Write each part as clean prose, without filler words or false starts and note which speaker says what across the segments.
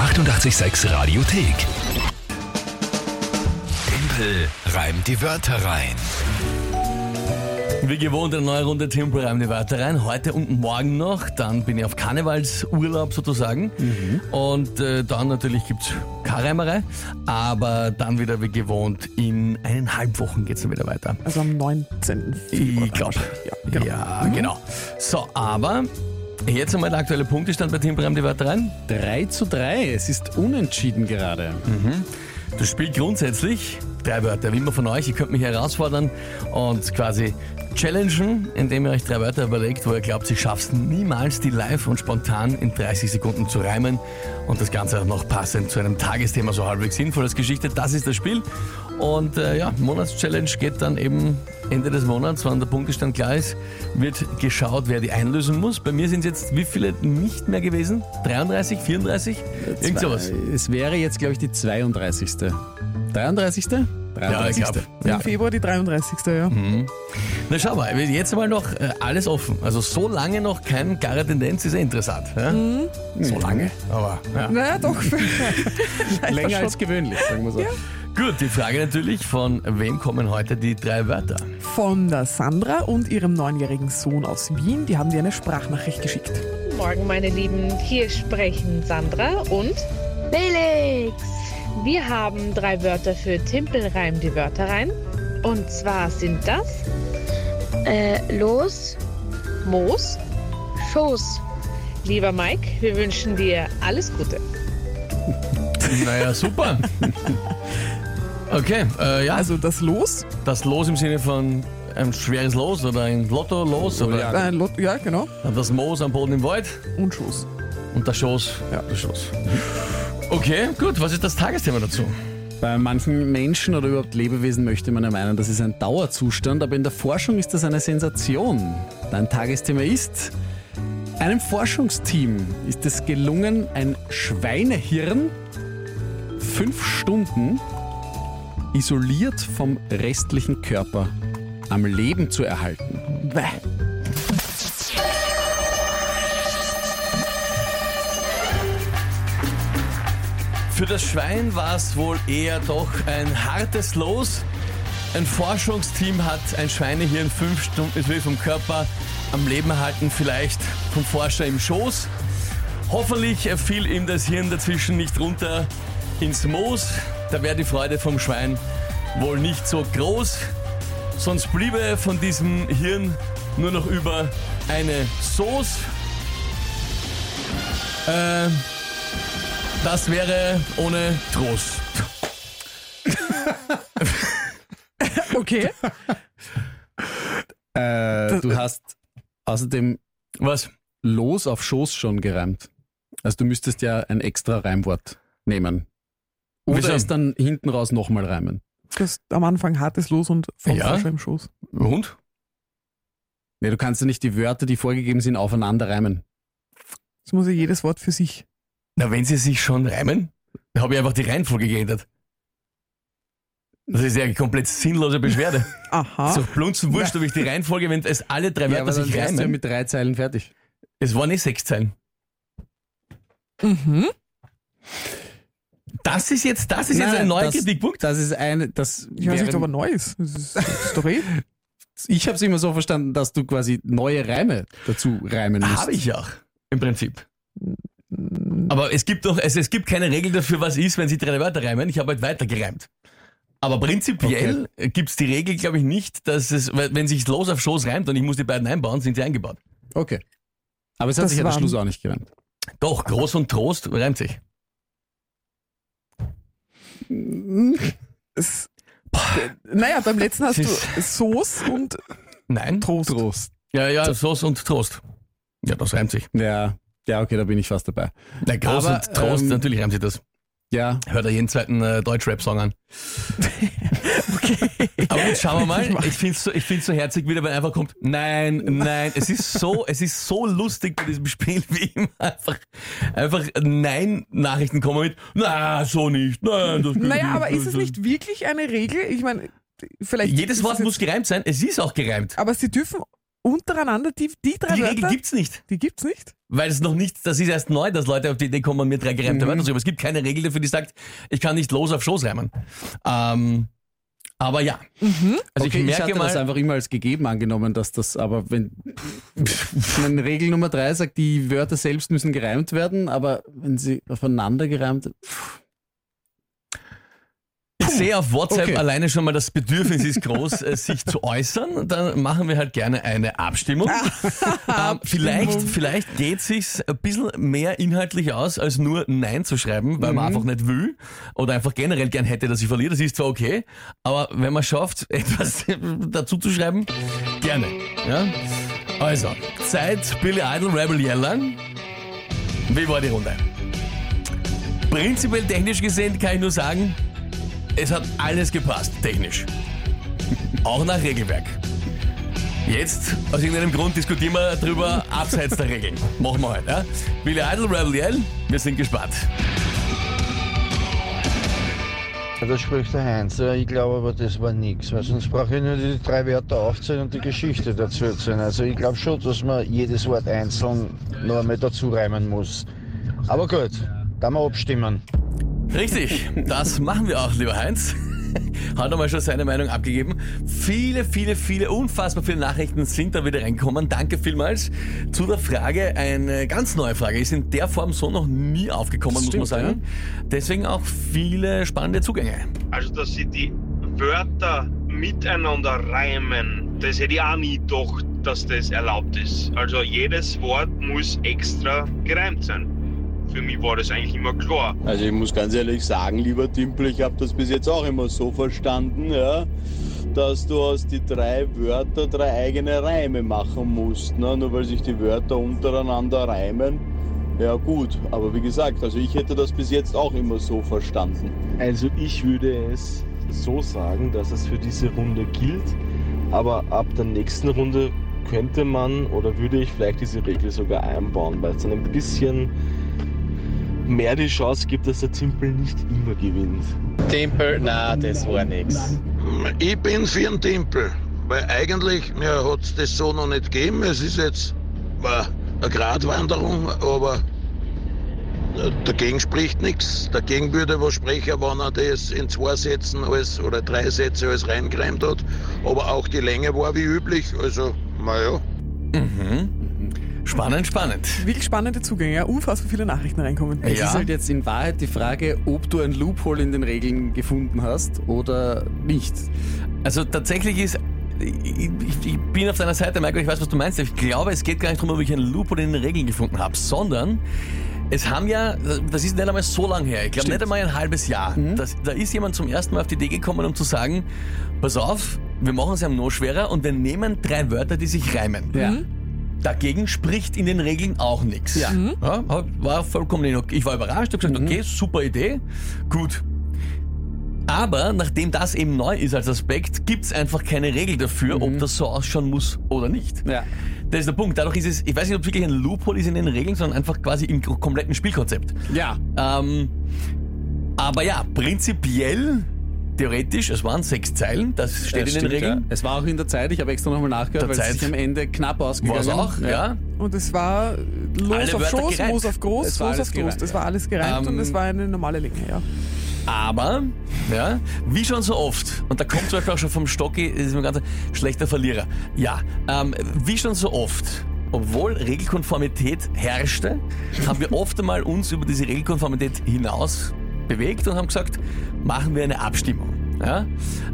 Speaker 1: 886 Radiothek. Tempel reimt die Wörter rein.
Speaker 2: Wie gewohnt eine neue Runde Tempel reimt die Wörter rein. Heute und morgen noch. Dann bin ich auf Karnevalsurlaub sozusagen. Und dann natürlich gibt's keine Reimerei. Aber dann wieder wie gewohnt in 1,5 Wochen geht's dann wieder weiter.
Speaker 3: Also am 19. Februar.
Speaker 2: Ich glaube.
Speaker 3: Ja, genau.
Speaker 2: Ja, genau. So, aber jetzt einmal der aktuelle Punktestand bei Tempel reimt die Wörter rein.
Speaker 4: 3:3, es ist unentschieden gerade.
Speaker 2: Das Spiel grundsätzlich 3 Wörter, wie immer von euch. Ihr könnt mich herausfordern und quasi challengen, indem ihr euch 3 Wörter überlegt, wo ihr glaubt, ihr schafft niemals, die live und spontan in 30 Sekunden zu reimen und das Ganze auch noch passend zu einem Tagesthema, so halbwegs sinnvoll als Geschichte. Das ist das Spiel. Und Monatschallenge geht dann eben Ende des Monats, wann der Punktestand klar ist, wird geschaut, wer die einlösen muss. Bei mir sind es jetzt wie viele nicht mehr gewesen? 33, 34? Irgend sowas.
Speaker 4: Es wäre jetzt, glaube ich, die 32. 33.?
Speaker 2: Ja, ich glaube.
Speaker 3: Im Februar die 33. Ja.
Speaker 2: Na schau mal, jetzt einmal noch alles offen. Also so lange noch keine klare Tendenz, ist ja interessant. Ja? So lange, aber ja.
Speaker 3: Naja, doch.
Speaker 4: Länger als gewöhnlich, sagen wir so.
Speaker 3: Ja.
Speaker 2: Gut, die Frage natürlich, von wem kommen heute die 3 Wörter?
Speaker 3: Von der Sandra und ihrem 9-jährigen Sohn aus Wien. Die haben dir eine Sprachnachricht geschickt.
Speaker 5: Guten Morgen, meine Lieben. Hier sprechen Sandra und Felix. Wir haben 3 Wörter für Tempel reimt die Wörter rein. Und zwar sind das
Speaker 6: Los,
Speaker 5: Moos,
Speaker 6: Schoß.
Speaker 5: lieber Mike, wir wünschen dir alles Gute.
Speaker 2: Naja, super. Okay, ja,
Speaker 3: Also das Los.
Speaker 2: das Los im Sinne von ein schweres Los oder ein Lotto-Los oder
Speaker 3: Ja, genau.
Speaker 2: das Moos am Boden im Wald
Speaker 3: Und Schoß.
Speaker 2: und der Schoß. Ja, der Schoß. Okay, gut, was ist das Tagesthema dazu?
Speaker 4: Bei manchen Menschen oder überhaupt Lebewesen möchte man ja meinen, das ist ein Dauerzustand, aber in der Forschung ist das eine Sensation. Dein Tagesthema ist: Einem Forschungsteam ist es gelungen, ein Schweinehirn 5 Stunden isoliert vom restlichen Körper am Leben zu erhalten.
Speaker 3: Bäh.
Speaker 2: Für das Schwein war es wohl eher doch ein hartes Los. Ein Forschungsteam hat ein Schweinehirn 5 Stunden isoliert vom Körper am Leben erhalten, vielleicht vom Forscher im Schoß. Hoffentlich fiel ihm das Hirn dazwischen nicht runter ins Moos. Da wäre die Freude vom Schwein wohl nicht so groß. Sonst bliebe von diesem Hirn nur noch über eine Sauce. Das wäre ohne Trost.
Speaker 3: Okay.
Speaker 4: Du hast außerdem
Speaker 2: Was?
Speaker 4: Los auf Schoß schon gereimt. Also du müsstest ja ein extra Reimwort nehmen. Oder
Speaker 2: Wieso?
Speaker 4: es dann hinten raus nochmal reimen.
Speaker 3: Das am Anfang hartes Los und vom
Speaker 2: Ja.
Speaker 3: Forscher im Schoß.
Speaker 2: Und?
Speaker 4: Nee, du kannst ja nicht die Wörter, die vorgegeben sind, aufeinander reimen.
Speaker 3: Das muss ja jedes Wort für sich.
Speaker 2: Na, wenn sie sich schon reimen, dann habe ich einfach die Reihenfolge geändert. Das ist ja eine komplett sinnlose Beschwerde.
Speaker 3: Aha.
Speaker 2: So blunzen wurscht, ob ich die Reihenfolge, wenn es alle 3
Speaker 4: Ja,
Speaker 2: Wörter
Speaker 4: aber dann
Speaker 2: sich
Speaker 4: wärst du ja
Speaker 2: reimen.
Speaker 4: mit 3 Zeilen fertig.
Speaker 2: Es waren 6 Zeilen. Das ist jetzt ein neuer Kritikpunkt.
Speaker 4: Das ist eine, das
Speaker 3: Ich weiß nicht,
Speaker 4: wären-
Speaker 3: ob er neu ist. Das ist doch eh.
Speaker 4: Ich habe es immer so verstanden, dass du quasi neue Reime dazu reimen musst.
Speaker 2: Habe ich auch, im Prinzip. Aber es gibt gibt keine Regel dafür, was ist, wenn sie 3 Wörter reimen. Ich habe halt weiter gereimt. Aber prinzipiell gibt's die Regel, glaube ich, nicht, dass es, wenn sich Los auf Schoß reimt und ich muss die beiden einbauen, sind sie eingebaut.
Speaker 4: Okay. Aber es hat
Speaker 3: Das
Speaker 4: sich ja der
Speaker 3: waren-
Speaker 4: Schluss auch nicht gereimt.
Speaker 2: Doch, Groß und Trost reimt sich.
Speaker 3: Naja, beim letzten hast
Speaker 2: Das
Speaker 3: du Sauce und
Speaker 2: Nein?
Speaker 3: Trost.
Speaker 2: Ja, Sauce und Trost. Ja, das reimt sich.
Speaker 4: Ja, okay, da bin ich fast dabei.
Speaker 2: Na, Groß
Speaker 4: Aber,
Speaker 2: und Trost, natürlich reimt sich das.
Speaker 4: Ja,
Speaker 2: Hört er jeden zweiten Deutsch-Rap-Song an. Aber jetzt schauen wir mal. Ich find's so herzig, wie der einfach kommt. Nein. Es ist so lustig bei diesem Spiel, wie immer einfach Nein-Nachrichten kommen mit, na, so nicht. Nein, das geht
Speaker 3: Naja,
Speaker 2: nicht.
Speaker 3: aber ist es nicht wirklich eine Regel? Ich meine, vielleicht.
Speaker 2: Jedes
Speaker 3: ist
Speaker 2: Wort
Speaker 3: es
Speaker 2: muss gereimt sein. Es ist auch gereimt.
Speaker 3: Aber sie dürfen untereinander die drei
Speaker 2: Die
Speaker 3: Wörter?
Speaker 2: Regel gibt's nicht.
Speaker 3: Die gibt's nicht?
Speaker 2: Weil es noch nicht, das ist erst neu, dass Leute auf die Idee kommen, mir 3 gereimte Wörter zu schreiben. Es gibt keine Regel dafür, die sagt, ich kann nicht los auf Schoß reimen. Aber ja. Also
Speaker 4: Okay, ich hatte das
Speaker 2: mal,
Speaker 4: einfach immer als gegeben angenommen, dass das, aber wenn Regel Nummer 3 sagt, die Wörter selbst müssen gereimt werden, aber wenn sie aufeinander gereimt,
Speaker 2: ich sehe auf WhatsApp
Speaker 4: Okay.
Speaker 2: alleine schon mal, das Bedürfnis ist groß, sich zu äußern. Dann machen wir halt gerne eine Abstimmung. Vielleicht geht es sich ein bisschen mehr inhaltlich aus, als nur Nein zu schreiben, weil man einfach nicht will oder einfach generell gern hätte, dass ich verliere. Das ist zwar okay, aber wenn man schafft, etwas dazu zu schreiben, gerne. Ja? Also, seit Billy Idol Rebel Yell. Wie war die Runde? Prinzipiell technisch gesehen kann ich nur sagen, es hat alles gepasst, technisch. Auch nach Regelwerk. Jetzt, aus irgendeinem Grund, diskutieren wir drüber abseits der Regeln. Machen wir halt, ja? Billy Idol, Rebel Yell, wir sind gespannt.
Speaker 6: Ja, da spricht der Heinz. Ja, ich glaube aber, das war nichts, weil sonst brauche ich nur die 3 Wörter aufzählen und die Geschichte dazu erzählen. Also ich glaube schon, dass man jedes Wort einzeln noch einmal dazu reimen muss. Aber gut, da wir abstimmen.
Speaker 2: Richtig, das machen wir auch, lieber Heinz. Hat nochmal schon seine Meinung abgegeben. Viele, unfassbar viele Nachrichten sind da wieder reingekommen. Danke vielmals. Zu der Frage, eine ganz neue Frage, ist in der Form so noch nie aufgekommen, muss man sagen. Deswegen auch viele spannende Zugänge.
Speaker 7: Also, dass sie die Wörter miteinander reimen, das hätte ich auch nie gedacht, dass das erlaubt ist. Also jedes Wort muss extra gereimt sein. Für mich war das eigentlich immer klar.
Speaker 8: Also ich muss ganz ehrlich sagen, lieber Timpel, ich habe das bis jetzt auch immer so verstanden, ja, dass du aus die 3 Wörter 3 eigene Reime machen musst, ne? Nur weil sich die Wörter untereinander reimen. Ja gut, aber wie gesagt, also ich hätte das bis jetzt auch immer so verstanden.
Speaker 9: Also ich würde es so sagen, dass es für diese Runde gilt, aber ab der nächsten Runde könnte man oder würde ich vielleicht diese Regel sogar einbauen, weil es dann ein bisschen mehr die Chance gibt, dass der Timpel nicht immer gewinnt.
Speaker 10: Timpel, na, das war nix.
Speaker 11: Ich bin für den Timpel, weil eigentlich hat es das so noch nicht gegeben. Es ist jetzt eine Gratwanderung, aber dagegen spricht nichts. Dagegen würde was sprechen, wenn er das in 2 Sätzen oder 3 Sätze alles reingereimt hat. Aber auch die Länge war wie üblich, also naja.
Speaker 2: Spannend.
Speaker 3: Wirklich spannende Zugänge, ja. Unfassbar viele Nachrichten reinkommen.
Speaker 4: Es ist halt jetzt in Wahrheit die Frage, ob du ein Loophole in den Regeln gefunden hast oder nicht.
Speaker 2: Also tatsächlich ist, ich bin auf deiner Seite, Michael, ich weiß, was du meinst. Ich glaube, es geht gar nicht darum, ob ich ein Loophole in den Regeln gefunden habe, sondern es haben ja, das ist nicht einmal so lang her, ich glaube nicht einmal ein halbes Jahr. Da ist jemand zum ersten Mal auf die Idee gekommen, um zu sagen, pass auf, wir machen es ja noch schwerer und wir nehmen 3 Wörter, die sich reimen.
Speaker 4: Ja.
Speaker 2: Dagegen spricht in den Regeln auch nichts.
Speaker 4: Ja.
Speaker 2: Ja, war vollkommen okay. Ich war überrascht, habe gesagt, okay, super Idee, gut. Aber nachdem das eben neu ist als Aspekt, gibt es einfach keine Regel dafür, ob das so ausschauen muss oder nicht.
Speaker 4: Ja.
Speaker 2: Das ist der Punkt. Dadurch ist es, ich weiß nicht, ob es wirklich ein Loophole ist in den Regeln, sondern einfach quasi im kompletten Spielkonzept.
Speaker 4: Ja.
Speaker 2: Aber ja, prinzipiell, theoretisch, es waren 6 Zeilen, das steht in den Regeln.
Speaker 4: Ja. Es war auch in der Zeit, ich habe extra nochmal nachgehört, weil es sich am Ende knapp ausgegangen ist.
Speaker 2: War es auch, ja.
Speaker 3: Und es war Los
Speaker 2: Alle
Speaker 3: auf
Speaker 2: Wörter
Speaker 3: Schoß,
Speaker 2: gereimt.
Speaker 3: Los auf Groß,
Speaker 4: Es war
Speaker 3: Los
Speaker 4: alles
Speaker 3: auf Groß.
Speaker 4: gereimt,
Speaker 3: Das war alles gereimt und es war eine normale Länge, ja.
Speaker 2: Aber, ja, wie schon so oft, und da kommt zum Beispiel auch schon vom Stocki, das ist ein ganz schlechter Verlierer. Ja, wie schon so oft, obwohl Regelkonformität herrschte, haben wir oft einmal uns über diese Regelkonformität hinaus bewegt und haben gesagt, machen wir eine Abstimmung. Ja?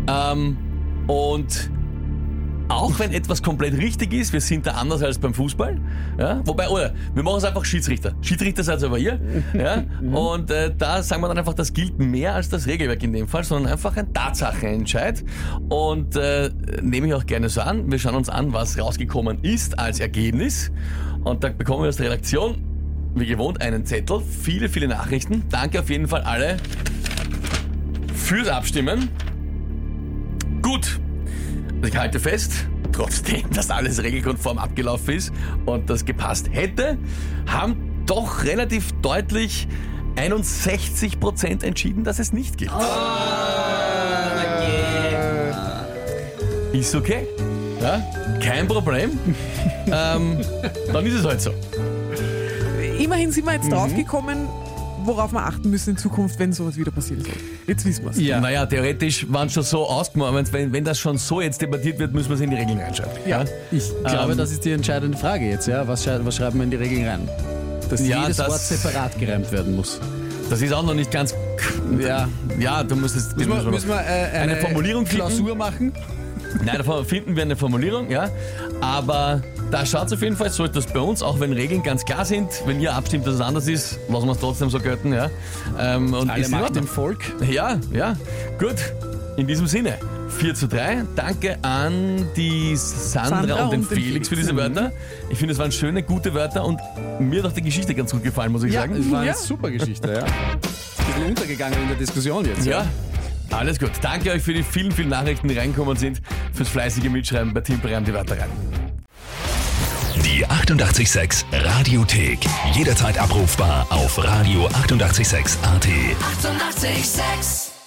Speaker 2: Und auch wenn etwas komplett richtig ist, wir sind da anders als beim Fußball. Ja? Wobei, oder, wir machen es einfach Schiedsrichter. Schiedsrichter seid aber ihr. Ja? Und da sagen wir dann einfach, das gilt mehr als das Regelwerk in dem Fall, sondern einfach ein Tatsachenentscheid. Und nehme ich auch gerne so an. Wir schauen uns an, was rausgekommen ist als Ergebnis. Und da bekommen wir aus der Redaktion, wie gewohnt, einen Zettel. Viele, viele Nachrichten. Danke auf jeden Fall alle fürs Abstimmen. Gut. Ich halte fest, trotzdem, dass alles regelkonform abgelaufen ist und das gepasst hätte, haben doch relativ deutlich 61% entschieden, dass es nicht gilt. Ist okay. Ja? Kein Problem. Dann ist es halt so.
Speaker 3: Immerhin sind wir jetzt draufgekommen, worauf wir achten müssen in Zukunft, wenn sowas wieder passieren soll. Jetzt wissen wir es.
Speaker 2: Ja. Naja, theoretisch waren schon so ausgemacht, wenn das schon so jetzt debattiert wird, müssen wir es in die Regeln reinschreiben.
Speaker 3: Ja.
Speaker 4: Ich glaube, das ist die entscheidende Frage jetzt. Ja? Was schreiben wir in die Regeln rein? Dass jedes Wort separat gereimt werden muss.
Speaker 2: Das ist auch noch nicht ganz... Ja, du müsstest...
Speaker 4: Müssen wir eine
Speaker 2: Formulierung
Speaker 4: Klausur machen?
Speaker 2: Nein, da finden wir eine Formulierung, ja. Aber da schaut es auf jeden Fall so etwas bei uns, auch wenn Regeln ganz klar sind. Wenn ihr abstimmt, dass es anders ist, lassen wir es trotzdem so gelten, ja. Und
Speaker 4: alle Macht dem Volk.
Speaker 2: Ja, gut. In diesem Sinne, 4:3. Danke an die Sandra und den Felix für diese Wörter. Ich finde, es waren schöne, gute Wörter und mir hat auch die Geschichte ganz gut gefallen, muss ich sagen.
Speaker 4: Es war eine super Geschichte, ja. Ein bisschen untergegangen in der Diskussion jetzt.
Speaker 2: Ja. Alles gut. Danke euch für die vielen, vielen Nachrichten, die reingekommen sind, fürs fleißige Mitschreiben bei Timpel reimt die Wörter rein.
Speaker 1: Die 88,6 Radiothek. Jederzeit abrufbar auf radio886.at. 88,6.